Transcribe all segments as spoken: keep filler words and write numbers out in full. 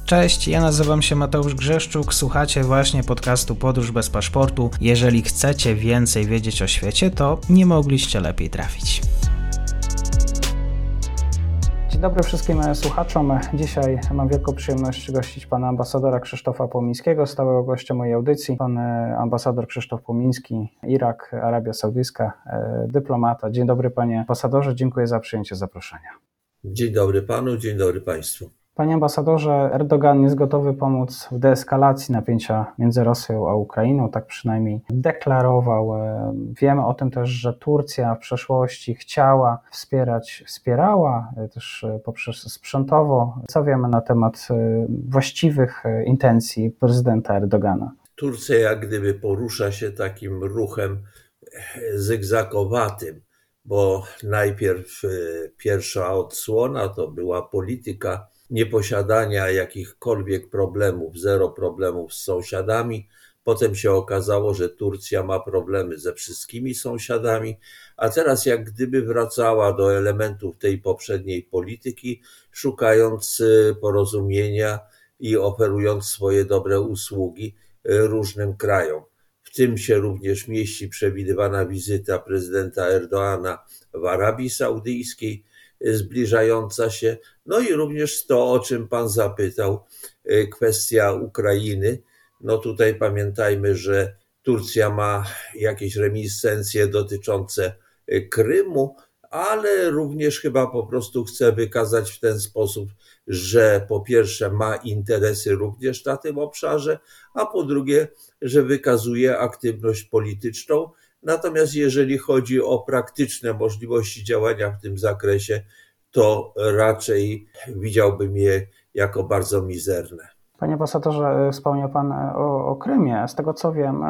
Cześć, ja nazywam się Mateusz Grzeszczuk, słuchacie właśnie podcastu Podróż bez paszportu. Jeżeli chcecie więcej wiedzieć o świecie, to nie mogliście lepiej trafić. Dzień dobry wszystkim słuchaczom. Dzisiaj mam wielką przyjemność gościć pana ambasadora Krzysztofa Płomińskiego, stałego gościa mojej audycji. Pan ambasador Krzysztof Płomiński, Irak, Arabia Saudyjska, dyplomata. Dzień dobry panie ambasadorze, dziękuję za przyjęcie zaproszenia. Dzień dobry panu, dzień dobry państwu. Panie ambasadorze, Erdogan jest gotowy pomóc w deeskalacji napięcia między Rosją a Ukrainą, tak przynajmniej deklarował. Wiemy o tym też, że Turcja w przeszłości chciała wspierać, wspierała też poprzez sprzętowo. Co wiemy na temat właściwych intencji prezydenta Erdogana? Turcja jak gdyby porusza się takim ruchem zygzakowatym, bo najpierw pierwsza odsłona to była polityka nieposiadania jakichkolwiek problemów, zero problemów z sąsiadami. Potem się okazało, że Turcja ma problemy ze wszystkimi sąsiadami, a teraz jak gdyby wracała do elementów tej poprzedniej polityki, szukając porozumienia i oferując swoje dobre usługi różnym krajom. W tym się również mieści przewidywana wizyta prezydenta Erdoana w Arabii Saudyjskiej, zbliżająca się, no i również to, o czym pan zapytał, kwestia Ukrainy. No tutaj pamiętajmy, że Turcja ma jakieś reminiscencje dotyczące Krymu, ale również chyba po prostu chce wykazać w ten sposób, że po pierwsze ma interesy również na tym obszarze, a po drugie, że wykazuje aktywność polityczną. Natomiast jeżeli chodzi o praktyczne możliwości działania w tym zakresie, to raczej widziałbym je jako bardzo mizerne. Panie ambasadorze, wspomniał pan o, o Krymie. Z tego co wiem,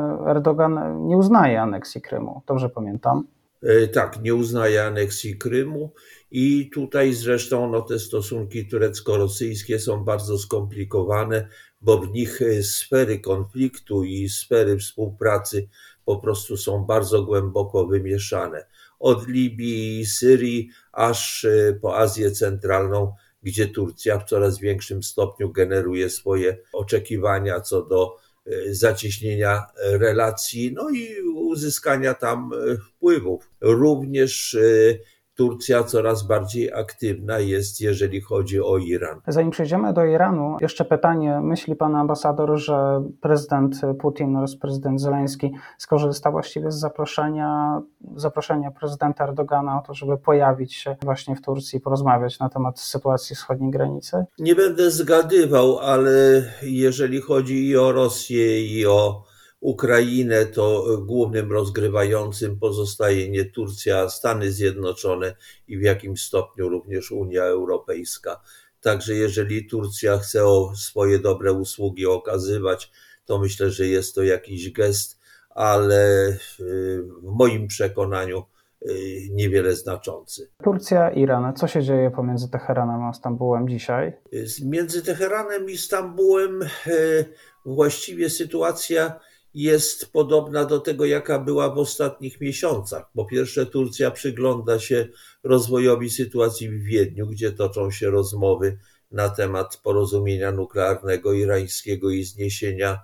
Erdogan nie uznaje aneksji Krymu. Dobrze pamiętam? Tak, nie uznaje aneksji Krymu i tutaj zresztą no, te stosunki turecko-rosyjskie są bardzo skomplikowane, bo w nich sfery konfliktu i sfery współpracy po prostu są bardzo głęboko wymieszane. Od Libii i Syrii aż po Azję Centralną, gdzie Turcja w coraz większym stopniu generuje swoje oczekiwania co do zacieśnienia relacji, no i uzyskania tam wpływów. Również Turcja coraz bardziej aktywna jest, jeżeli chodzi o Iran. Zanim przejdziemy do Iranu, jeszcze pytanie. Myśli pan ambasador, że prezydent Putin oraz prezydent Zełenski skorzystał właściwie z zaproszenia, zaproszenia prezydenta Erdogana o to, żeby pojawić się właśnie w Turcji i porozmawiać na temat sytuacji wschodniej granicy? Nie będę zgadywał, ale jeżeli chodzi i o Rosję, i o Ukrainę, to głównym rozgrywającym pozostaje nie Turcja, a Stany Zjednoczone i w jakimś stopniu również Unia Europejska. Także jeżeli Turcja chce o swoje dobre usługi okazywać, to myślę, że jest to jakiś gest, ale w moim przekonaniu niewiele znaczący. Turcja, Iran. Co się dzieje pomiędzy Teheranem a Stambułem dzisiaj? Między Teheranem i Stambułem właściwie sytuacja jest podobna do tego, jaka była w ostatnich miesiącach. Po pierwsze, Turcja przygląda się rozwojowi sytuacji w Wiedniu, gdzie toczą się rozmowy na temat porozumienia nuklearnego irańskiego i zniesienia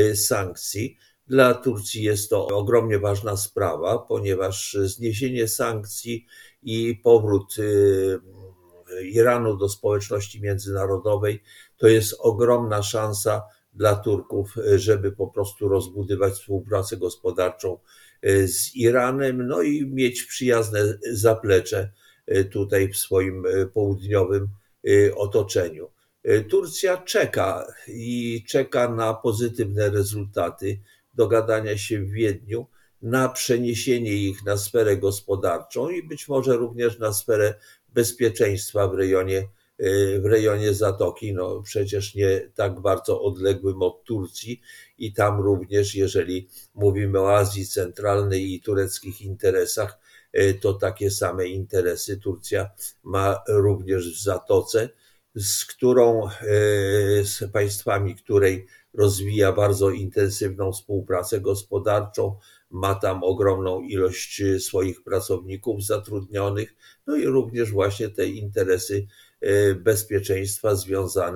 sankcji. Dla Turcji jest to ogromnie ważna sprawa, ponieważ zniesienie sankcji i powrót Iranu do społeczności międzynarodowej to jest ogromna szansa dla Turków, żeby po prostu rozbudować współpracę gospodarczą z Iranem, no i mieć przyjazne zaplecze tutaj w swoim południowym otoczeniu. Turcja czeka i czeka na pozytywne rezultaty dogadania się w Wiedniu, na przeniesienie ich na sferę gospodarczą i być może również na sferę bezpieczeństwa w rejonie w rejonie Zatoki, no przecież nie tak bardzo odległym od Turcji i tam również, jeżeli mówimy o Azji Centralnej i tureckich interesach, to takie same interesy Turcja ma również w Zatoce, z którą, z państwami, której rozwija bardzo intensywną współpracę gospodarczą, ma tam ogromną ilość swoich pracowników zatrudnionych, no i również właśnie te interesy bezpieczeństwa związane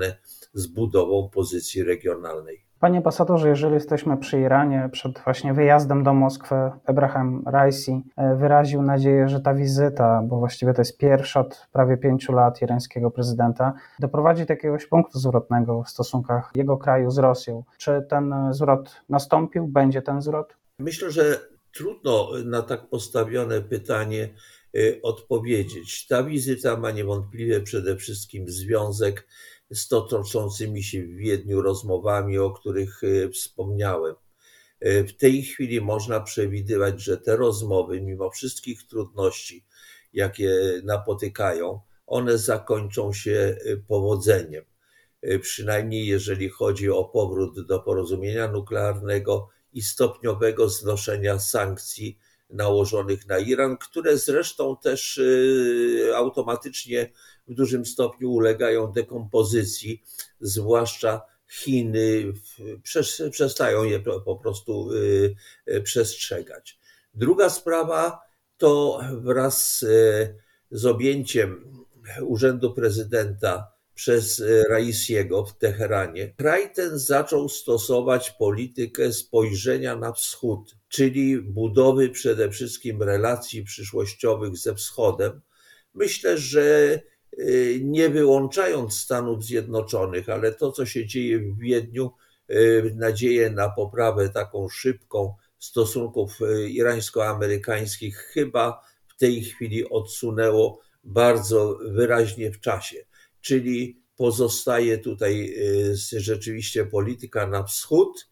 z budową pozycji regionalnej. Panie ambasadorze, jeżeli jesteśmy przy Iranie, przed właśnie wyjazdem do Moskwy Ebrahim Raisi wyraził nadzieję, że ta wizyta, bo właściwie to jest pierwsza od prawie pięciu lat irańskiego prezydenta, doprowadzi do jakiegoś punktu zwrotnego w stosunkach jego kraju z Rosją. Czy ten zwrot nastąpił? Będzie ten zwrot? Myślę, że trudno na tak postawione pytanie odpowiedzieć. Ta wizyta ma niewątpliwie przede wszystkim związek z to toczącymi się w Wiedniu rozmowami, o których wspomniałem. W tej chwili można przewidywać, że te rozmowy, mimo wszystkich trudności, jakie napotykają, one zakończą się powodzeniem. Przynajmniej jeżeli chodzi o powrót do porozumienia nuklearnego i stopniowego znoszenia sankcji nałożonych na Iran, które zresztą też automatycznie w dużym stopniu ulegają dekompozycji, zwłaszcza Chiny przestają je po prostu przestrzegać. Druga sprawa to wraz z objęciem urzędu prezydenta przez Raisiego w Teheranie, kraj ten zaczął stosować politykę spojrzenia na wschód, czyli budowy przede wszystkim relacji przyszłościowych ze wschodem. Myślę, że nie wyłączając Stanów Zjednoczonych, ale to, co się dzieje w Wiedniu, nadzieję na poprawę taką szybką stosunków irańsko-amerykańskich chyba w tej chwili odsunęło bardzo wyraźnie w czasie. Czyli pozostaje tutaj rzeczywiście polityka na wschód,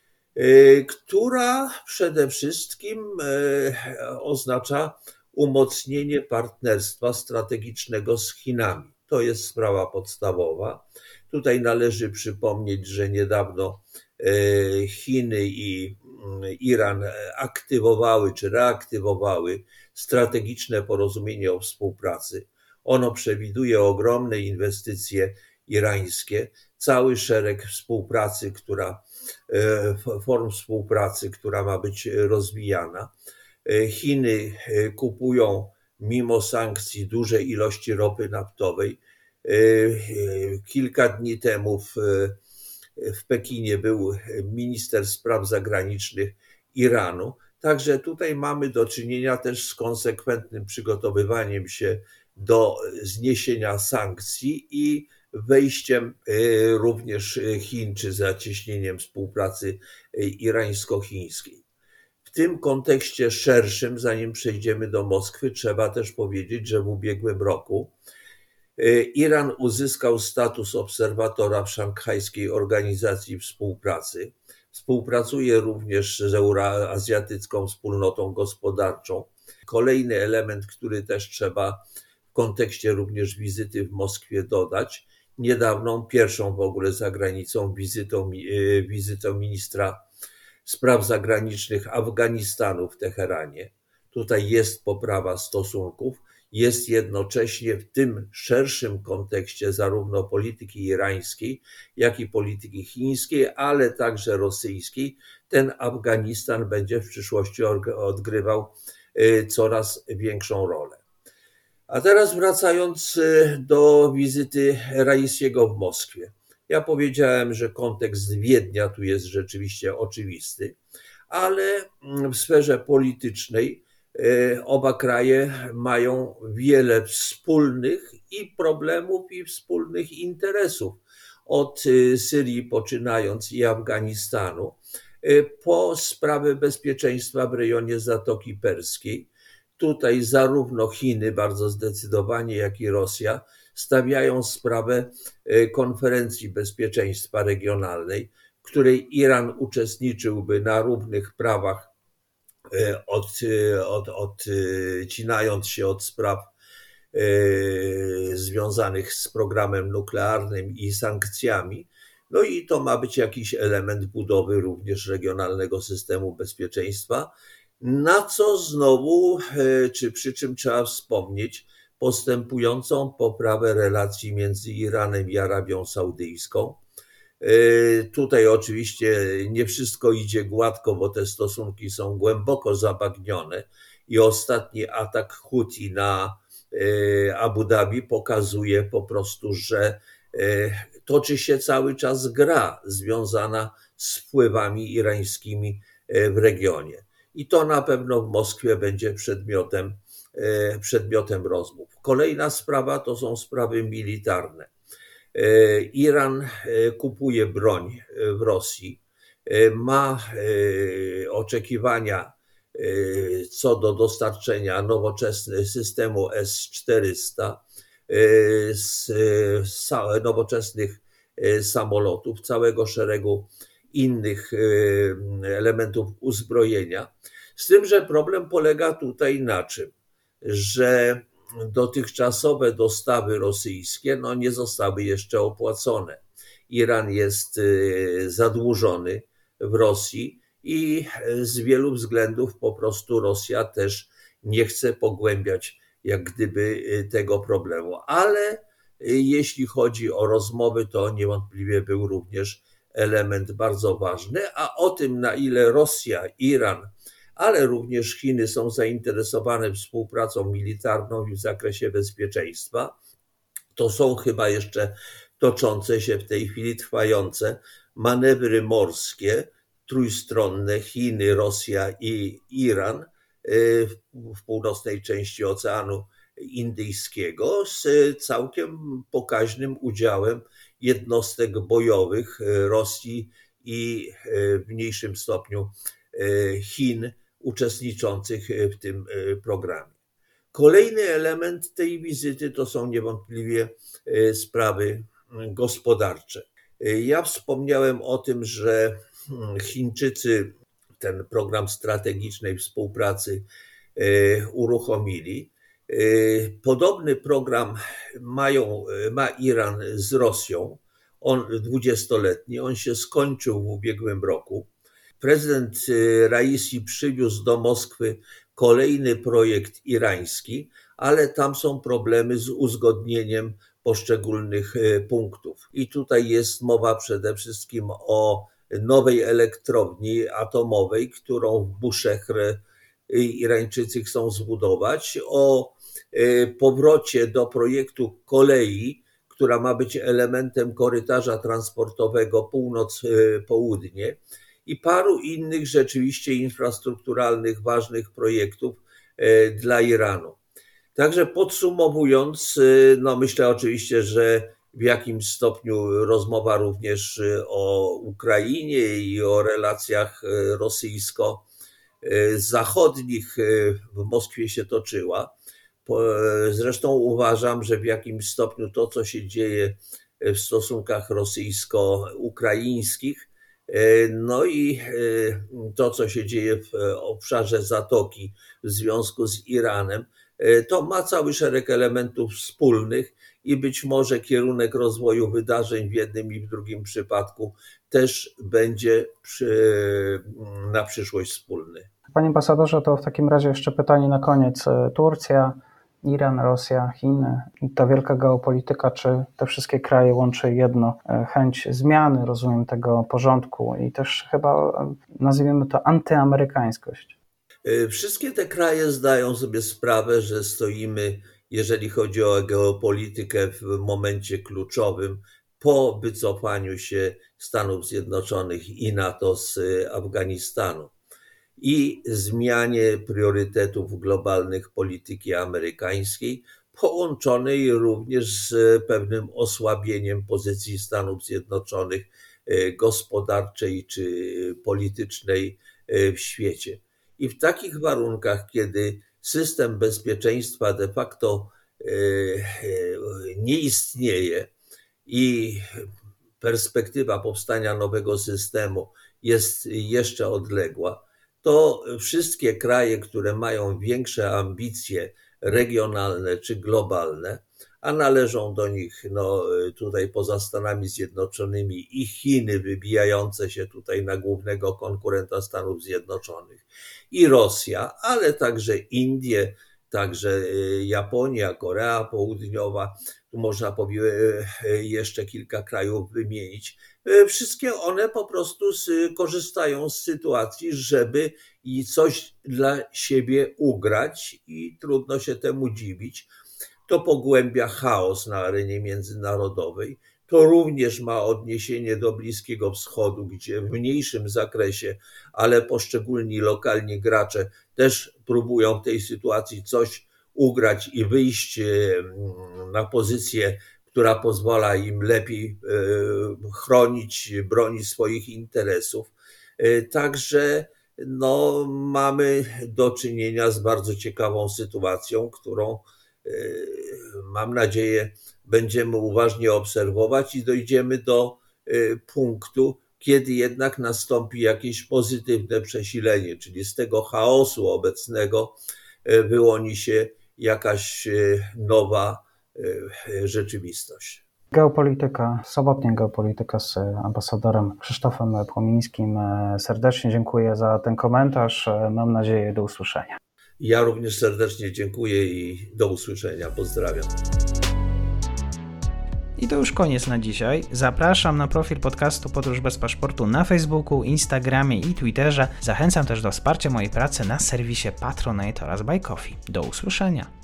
która przede wszystkim oznacza umocnienie partnerstwa strategicznego z Chinami. To jest sprawa podstawowa. Tutaj należy przypomnieć, że niedawno Chiny i Iran aktywowały czy reaktywowały strategiczne porozumienie o współpracy. Ono przewiduje ogromne inwestycje irańskie, cały szereg współpracy, która, form współpracy, która ma być rozwijana. Chiny kupują mimo sankcji duże ilości ropy naftowej. Kilka dni temu w, w Pekinie był minister spraw zagranicznych Iranu. Także tutaj mamy do czynienia też z konsekwentnym przygotowywaniem się do zniesienia sankcji i wejściem również Chin, czy zacieśnieniem współpracy irańsko-chińskiej. W tym kontekście szerszym, zanim przejdziemy do Moskwy, trzeba też powiedzieć, że w ubiegłym roku Iran uzyskał status obserwatora w Szanghajskiej Organizacji Współpracy. Współpracuje również z Euroazjatycką Wspólnotą Gospodarczą. Kolejny element, który też trzeba w kontekście również wizyty w Moskwie dodać, niedawną, pierwszą w ogóle za granicą wizytą, wizytą ministra spraw zagranicznych Afganistanu w Teheranie. Tutaj jest poprawa stosunków, jest jednocześnie w tym szerszym kontekście zarówno polityki irańskiej, jak i polityki chińskiej, ale także rosyjskiej. Ten Afganistan będzie w przyszłości odgrywał coraz większą rolę. A teraz wracając do wizyty Raisiego w Moskwie. Ja powiedziałem, że kontekst Wiednia tu jest rzeczywiście oczywisty, ale w sferze politycznej oba kraje mają wiele wspólnych i problemów, i wspólnych interesów. Od Syrii poczynając i Afganistanu, po sprawy bezpieczeństwa w rejonie Zatoki Perskiej. Tutaj zarówno Chiny bardzo zdecydowanie, jak i Rosja stawiają sprawę konferencji bezpieczeństwa regionalnej, w której Iran uczestniczyłby na równych prawach, od, od, odcinając się od spraw związanych z programem nuklearnym i sankcjami. No i to ma być jakiś element budowy również regionalnego systemu bezpieczeństwa, na co znowu, czy przy czym trzeba wspomnieć, postępującą poprawę relacji między Iranem i Arabią Saudyjską. Tutaj oczywiście nie wszystko idzie gładko, bo te stosunki są głęboko zabagnione i ostatni atak Huti na Abu Dhabi pokazuje po prostu, że toczy się cały czas gra związana z wpływami irańskimi w regionie. I to na pewno w Moskwie będzie przedmiotem, przedmiotem rozmów. Kolejna sprawa to są sprawy militarne. Iran kupuje broń w Rosji, ma oczekiwania co do dostarczenia nowoczesnego systemu S czterysta, z nowoczesnych samolotów, całego szeregu innych elementów uzbrojenia. Z tym, że problem polega tutaj na czym? Że dotychczasowe dostawy rosyjskie no, nie zostały jeszcze opłacone. Iran jest zadłużony w Rosji i z wielu względów po prostu Rosja też nie chce pogłębiać jak gdyby tego problemu. Ale jeśli chodzi o rozmowy, to niewątpliwie był również element bardzo ważny, a o tym, na ile Rosja, Iran, ale również Chiny są zainteresowane współpracą militarną w zakresie bezpieczeństwa, to są chyba jeszcze toczące się w tej chwili trwające manewry morskie, trójstronne, Chiny, Rosja i Iran w północnej części Oceanu Indyjskiego z całkiem pokaźnym udziałem jednostek bojowych Rosji i w mniejszym stopniu Chin uczestniczących w tym programie. Kolejny element tej wizyty to są niewątpliwie sprawy gospodarcze. Ja wspomniałem o tym, że Chińczycy ten program strategicznej współpracy uruchomili. Podobny program mają, ma Iran z Rosją, on dwudziestoletni, on się skończył w ubiegłym roku. Prezydent Raisi przywiózł do Moskwy kolejny projekt irański, ale tam są problemy z uzgodnieniem poszczególnych punktów. I tutaj jest mowa przede wszystkim o nowej elektrowni atomowej, którą w Bushehr Irańczycy chcą zbudować, o powrocie do projektu kolei, która ma być elementem korytarza transportowego północ-południe i paru innych rzeczywiście infrastrukturalnych, ważnych projektów dla Iranu. Także podsumowując, no myślę oczywiście, że w jakimś stopniu rozmowa również o Ukrainie i o relacjach rosyjsko-zachodnich w Moskwie się toczyła. Zresztą uważam, że w jakimś stopniu to, co się dzieje w stosunkach rosyjsko-ukraińskich, no i to, co się dzieje w obszarze Zatoki w związku z Iranem, to ma cały szereg elementów wspólnych i być może kierunek rozwoju wydarzeń w jednym i w drugim przypadku też będzie przy, na przyszłość wspólny. Panie ambasadorze, to w takim razie jeszcze pytanie na koniec. Turcja, Iran, Rosja, Chiny i ta wielka geopolityka, czy te wszystkie kraje łączy jedno, chęć zmiany, rozumiem, tego porządku i też chyba nazwijmy to antyamerykańskość? Wszystkie te kraje zdają sobie sprawę, że stoimy, jeżeli chodzi o geopolitykę, w momencie kluczowym po wycofaniu się Stanów Zjednoczonych i NATO z Afganistanu i zmianie priorytetów globalnych polityki amerykańskiej, połączonej również z pewnym osłabieniem pozycji Stanów Zjednoczonych gospodarczej czy politycznej w świecie. I w takich warunkach, kiedy system bezpieczeństwa de facto nie istnieje i perspektywa powstania nowego systemu jest jeszcze odległa, to wszystkie kraje, które mają większe ambicje regionalne czy globalne, a należą do nich no, tutaj poza Stanami Zjednoczonymi i Chiny wybijające się tutaj na głównego konkurenta Stanów Zjednoczonych i Rosja, ale także Indie, także Japonia, Korea Południowa, tu można jeszcze kilka krajów wymienić. Wszystkie one po prostu korzystają z sytuacji, żeby i coś dla siebie ugrać i trudno się temu dziwić. To pogłębia chaos na arenie międzynarodowej, To również ma odniesienie do Bliskiego Wschodu, gdzie w mniejszym zakresie, ale poszczególni lokalni gracze też próbują w tej sytuacji coś ugrać i wyjść na pozycję, która pozwala im lepiej chronić, bronić swoich interesów. Także no, mamy do czynienia z bardzo ciekawą sytuacją, którą mam nadzieję będziemy uważnie obserwować i dojdziemy do punktu, kiedy jednak nastąpi jakieś pozytywne przesilenie, czyli z tego chaosu obecnego wyłoni się jakaś nowa rzeczywistość. Geopolityka, sobotnia geopolityka z ambasadorem Krzysztofem Płomińskim. Serdecznie dziękuję za ten komentarz. Mam nadzieję, do usłyszenia. Ja również serdecznie dziękuję i do usłyszenia. Pozdrawiam. I to już koniec na dzisiaj. Zapraszam na profil podcastu Podróż bez paszportu na Facebooku, Instagramie i Twitterze. Zachęcam też do wsparcia mojej pracy na serwisie Patronite oraz Buy Coffee. Do usłyszenia.